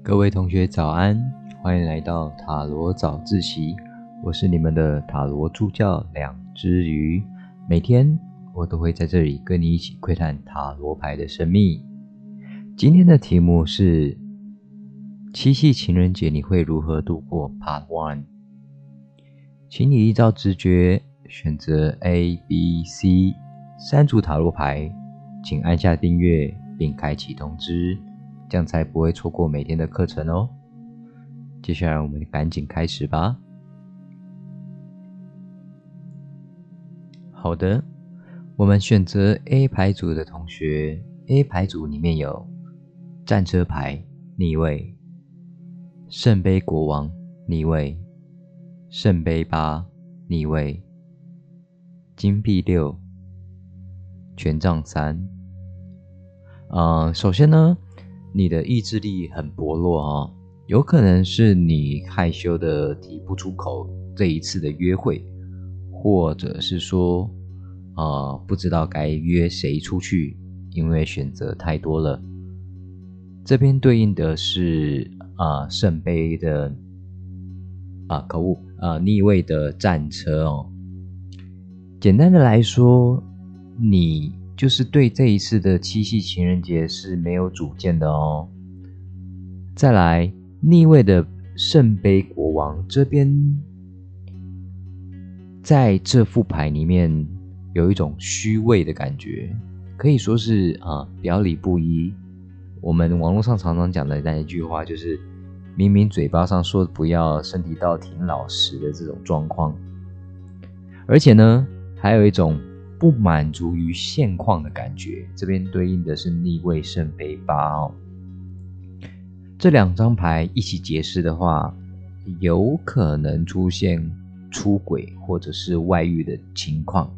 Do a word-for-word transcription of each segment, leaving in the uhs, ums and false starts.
各位同学早安，欢迎来到塔罗早自习，我是你们的塔罗助教两只鱼，每天我都会在这里跟你一起窥探塔罗牌的神秘。今天的题目是七夕情人节你会如何度过 Part 一， 请你依照直觉选择 A、B、C 三组塔罗牌，请按下订阅并开启通知，这样才不会错过每天的课程哦。接下来我们赶紧开始吧。好的，我们选择 A 牌组的同学， A 牌组里面有战车牌逆位，圣杯国王逆位，圣杯八逆位，金币六，权杖三。呃，首先呢，你的意志力很薄弱哦，有可能是你害羞的提不出口这一次的约会，或者是说，呃，不知道该约谁出去，因为选择太多了。这边对应的是啊、呃、圣杯的啊可恶啊逆位的战车哦。简单的来说，你就是对这一次的七夕情人节是没有主见的哦。再来，逆位的圣杯国王这边，在这副牌里面有一种虚伪的感觉，可以说是啊、呃、表里不一。我们网络上常常讲的那一句话就是，明明嘴巴上说不要，身体倒挺老实的这种状况。而且呢，还有一种不满足于现况的感觉，这边对应的是逆位圣杯八哦。这两张牌一起解释的话，有可能出现出轨或者是外遇的情况。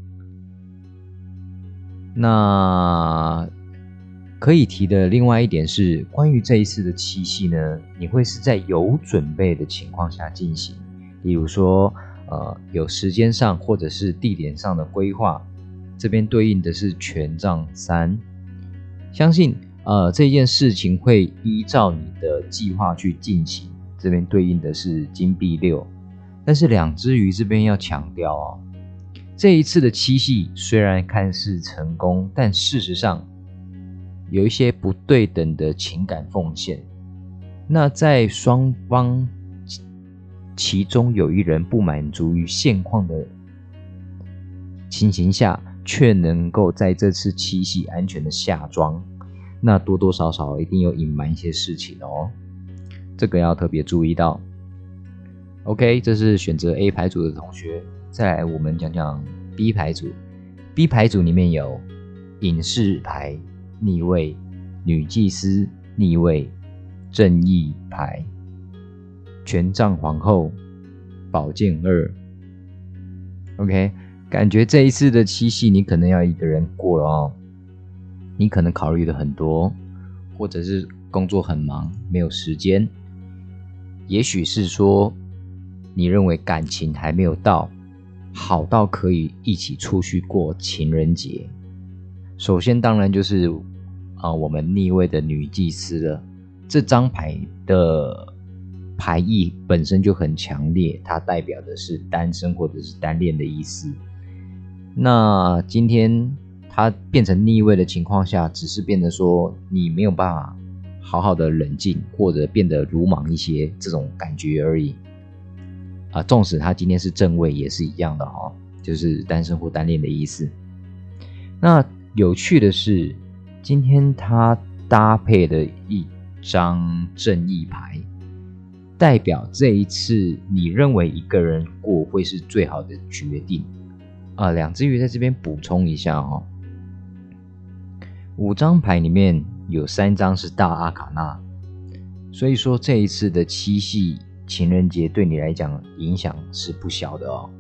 那可以提的另外一点是，关于这一次的七夕呢，你会是在有准备的情况下进行，例如说呃，有时间上或者是地点上的规划。这边对应的是权杖三，相信呃这件事情会依照你的计划去进行。这边对应的是金币六，但是两只鱼这边要强调哦，这一次的七夕虽然看似成功，但事实上有一些不对等的情感奉献。那在双方其中有一人不满足于现况的情形下，却能够在这次七夕安全的下庄，那多多少少一定有隐瞒一些事情哦，这个要特别注意到。 OK， 这是选择 A 牌组的同学。再来我们讲讲 B 牌组。 B 牌组里面有隐士牌逆位，女祭司逆位，正义牌，权杖皇后，宝剑二。 OK，感觉这一次的七夕你可能要一个人过了哦，你可能考虑的很多，或者是工作很忙没有时间，也许是说你认为感情还没有到好到可以一起出去过情人节。首先当然就是啊、呃，我们逆位的女祭司了，这张牌的牌意本身就很强烈，它代表的是单身或者是单恋的意思。那今天它变成逆位的情况下，只是变得说你没有办法好好的冷静，或者变得鲁莽一些这种感觉而已啊。纵使它今天是正位也是一样的哦，就是单身或单恋的意思。那有趣的是，今天它搭配的一张正义牌，代表这一次你认为一个人过会是最好的决定啊。两只鱼在这边补充一下哦，五张牌里面有三张是大阿卡纳，所以说这一次的七夕情人节对你来讲影响是不小的哦。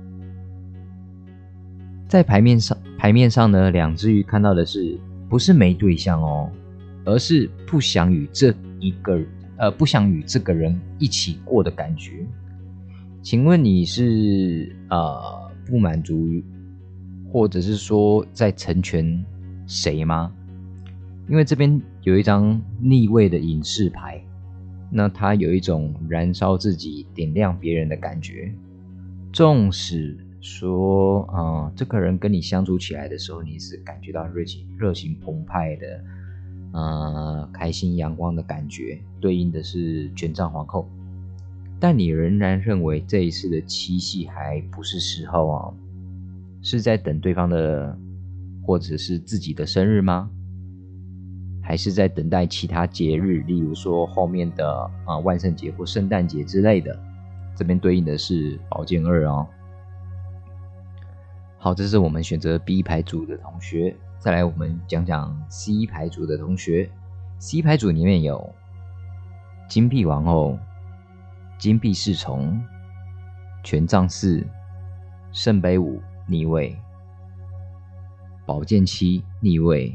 在牌面上，牌面上呢，两只鱼看到的是不是没对象哦，而是不想与这一个呃不想与这个人一起过的感觉。请问你是呃不满足于，或者是说在成全谁吗？因为这边有一张逆位的隐士牌， 那他有一种燃烧自己、点亮别人的感觉。纵使说，呃，这个人跟你相处起来的时候，你是感觉到热情、热情澎湃的，呃，开心阳光的感觉，对应的是权杖皇后。但你仍然认为这一次的七夕还不是时候哦，是在等对方的，或者是自己的生日吗？还是在等待其他节日，例如说后面的、呃、万圣节或圣诞节之类的？这边对应的是宝剑二哦。好，这是我们选择 B 牌组的同学。再来我们讲讲 C 牌组的同学。 C 牌组里面有金币王后、金币侍从、权杖四、圣杯五逆位、宝剑七逆位。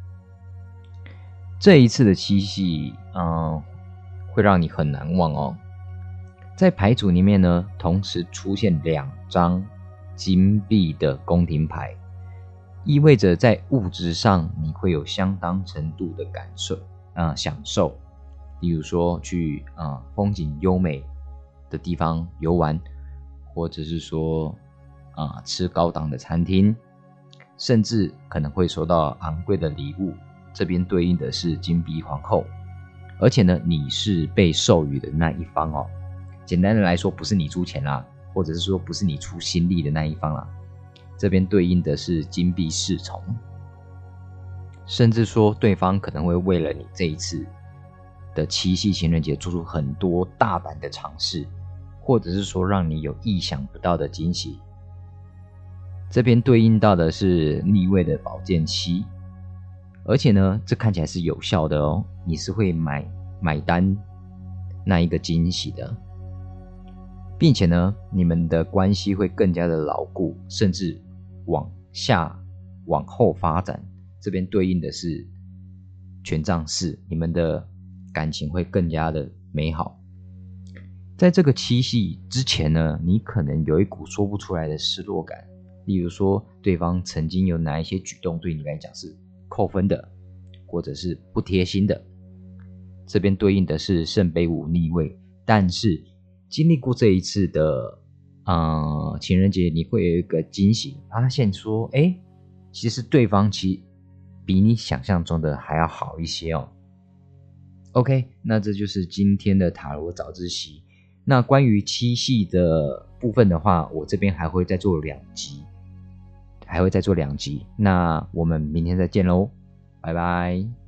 这一次的七夕，嗯，会让你很难忘哦。在牌组里面呢，同时出现两张金币的宫廷牌，意味着在物质上你会有相当程度的感受，呃、享受。例如说去、呃、风景优美的地方游玩，或者是说、呃、吃高档的餐厅，甚至可能会收到昂贵的礼物。这边对应的是金币皇后，而且呢，你是被授予的那一方哦。简单的来说，不是你出钱啦，或者是说不是你出心力的那一方啦。这边对应的是金币侍从，甚至说对方可能会为了你这一次的七夕情人节做出很多大胆的尝试，或者是说让你有意想不到的惊喜。这边对应到的是逆位的宝剑七，而且呢，这看起来是有效的哦，你是会买买单那一个惊喜的，并且呢，你们的关系会更加的牢固，甚至往下往后发展。这边对应的是权杖四，你们的感情会更加的美好。在这个七夕之前呢，你可能有一股说不出来的失落感，例如说对方曾经有哪一些举动对你来讲是扣分的，或者是不贴心的。这边对应的是圣杯五逆位，但是经历过这一次的呃情人节，你会有一个惊喜，发现说，哎，其实对方其实比你想象中的还要好一些哦。OK， 那这就是今天的塔罗早自习。那关于七夕的部分的话，我这边还会再做两集，还会再做两集。那我们明天再见喽，拜拜。